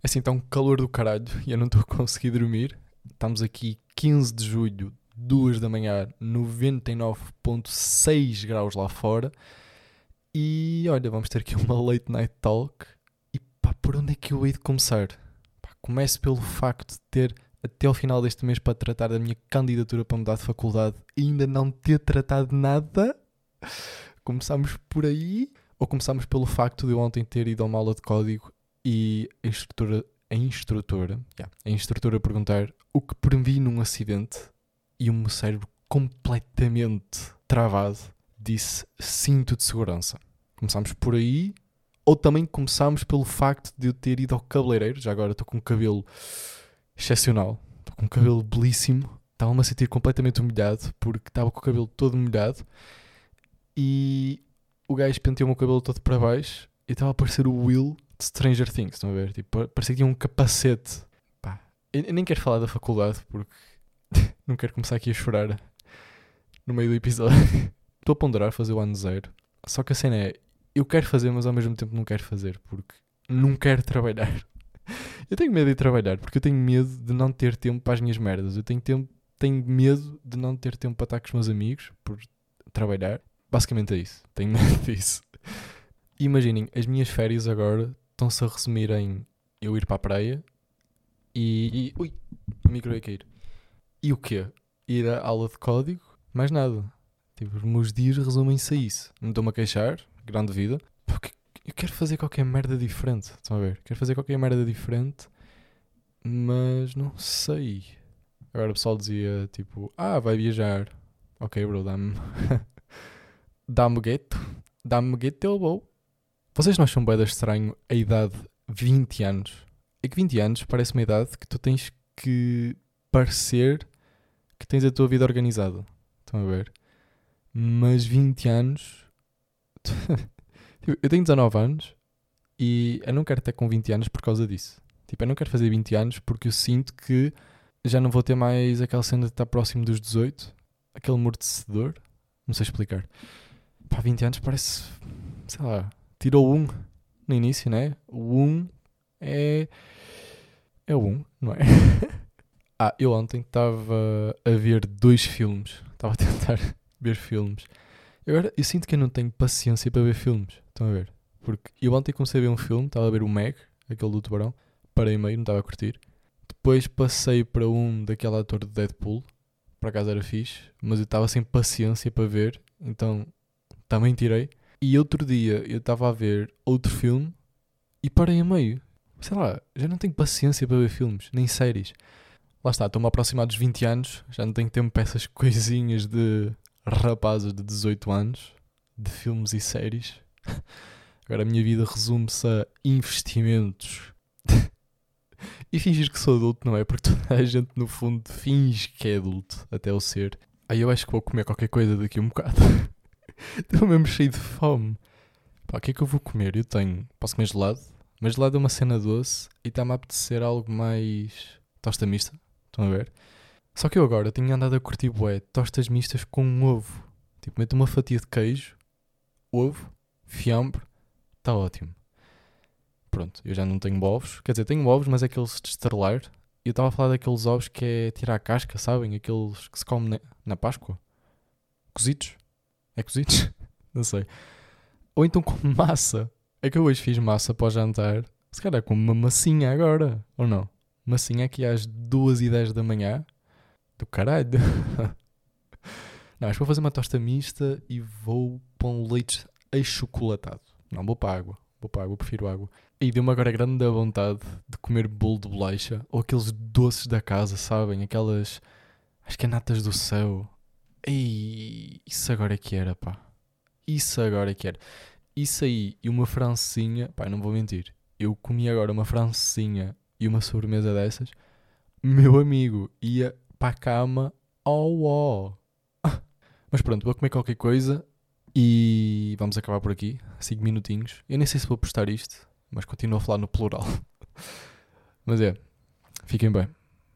Assim, está um calor do caralho e eu não estou a conseguir dormir. Estamos aqui 15 de julho, 2 da manhã, 99,6 graus lá fora. E olha, vamos ter aqui uma late night talk. E pá, por onde é que eu hei de começar? Pá, começo pelo facto de ter até ao final deste mês para tratar da minha candidatura para mudar de faculdade e ainda não ter tratado nada. Começámos por aí? Ou começámos pelo facto de eu ontem ter ido a uma aula de código e a instrutora perguntar o que previ num acidente e o meu cérebro completamente travado disse cinto de segurança. Começámos por aí, ou também começámos pelo facto de eu ter ido ao cabeleireiro. Já agora estou com um cabelo excepcional, estou com um cabelo belíssimo, estava-me a sentir completamente humilhado porque estava com o cabelo todo molhado e o gajo penteou o meu cabelo todo para baixo e estava a parecer o Will de Stranger Things, estão a ver? Tipo, parecia que tinha um capacete. Pá, eu nem quero falar da faculdade porque não quero começar aqui a chorar no meio do episódio. Estou a ponderar fazer o ano zero, só que a cena é, eu quero fazer, mas ao mesmo tempo não quero fazer porque não quero trabalhar. Eu tenho medo de trabalhar porque eu tenho medo de não ter tempo para as minhas merdas. Eu tenho medo de não ter tempo para estar com os meus amigos por trabalhar. Basicamente é isso. Tenho medo disso. Imaginem, as minhas férias agora estão-se a resumir em eu ir para a praia ui, o micro ia cair. E o quê? Ir à aula de código? Mais nada. Tipo, os meus dias resumem-se a isso. Não estou-me a queixar, grande vida. Porque eu quero fazer qualquer merda diferente. Estão a ver? Quero fazer qualquer merda diferente, mas não sei. Agora o pessoal dizia tipo, vai viajar. Ok, bro, dá-me dá-me gueto. Dá-me gueto, eu vou. Vocês não acham bué de estranho a idade 20 anos? É que 20 anos parece uma idade que tu tens que parecer que tens a tua vida organizada. Estão a ver? Mas 20 anos... Tipo, eu tenho 19 anos e eu não quero ter com 20 anos por causa disso. Tipo, eu não quero fazer 20 anos porque eu sinto que já não vou ter mais aquela cena de estar próximo dos 18. Aquele amortecedor. Não sei explicar. Pá, 20 anos parece... Sei lá... Tirou um no início, né? O 1 é o 1, não é? Eu ontem estava a ver 2 filmes. Estava a tentar ver filmes. Agora, eu sinto que eu não tenho paciência para ver filmes. Estão a ver? Porque eu ontem comecei a ver um filme, estava a ver o Meg, aquele do tubarão. Parei meio, não estava a curtir. Depois passei para um daquele ator de Deadpool. Por acaso era fixe, mas eu estava sem paciência para ver. Então, também tirei. E outro dia eu estava a ver outro filme e parei a meio. Sei lá, já não tenho paciência para ver filmes, nem séries. Lá está, estou-me a aproximar dos 20 anos, já não tenho tempo para essas coisinhas de rapazes de 18 anos, de filmes e séries. Agora a minha vida resume-se a investimentos. E fingir que sou adulto, não é? Porque toda a gente no fundo finge que é adulto, até eu ser. Eu acho que vou comer qualquer coisa daqui a um bocado. Estou mesmo cheio de fome. Pá, o que é que eu vou comer? Posso comer gelado, mas gelado é uma cena doce e está-me a apetecer algo mais tosta mista. Estão a ver? Só que eu agora tenho andado a curtir bué tostas mistas com um ovo. Tipo, meto uma fatia de queijo, ovo, fiambre, está ótimo. Pronto, eu já não tenho ovos. Quer dizer, tenho ovos, mas é aqueles de estrelar. E eu estava a falar daqueles ovos que é tirar a casca, sabem? Aqueles que se comem na Páscoa. Cozidos. É cozidos? Não sei. Ou então com massa. É que eu hoje fiz massa para o jantar. Se calhar com uma massinha agora. Ou não? Massinha aqui às 2h10 da manhã. Do caralho. Não, acho que vou fazer uma tosta mista e vou pôr um leite achocolatado. Não, vou para a água. Prefiro água. E deu-me agora grande vontade de comer bolo de bolacha. Ou aqueles doces da casa, sabem? Aquelas... Acho que é natas do céu. Ei, isso agora é que era, pá. Isso agora é que era. Isso aí e uma francesinha, pá, não vou mentir. Eu comi agora uma francesinha e uma sobremesa dessas. Meu amigo, ia para a cama ao ó. Mas pronto, vou comer qualquer coisa e vamos acabar por aqui. 5 minutinhos. Eu nem sei se vou postar isto, mas continuo a falar no plural. Mas fiquem bem.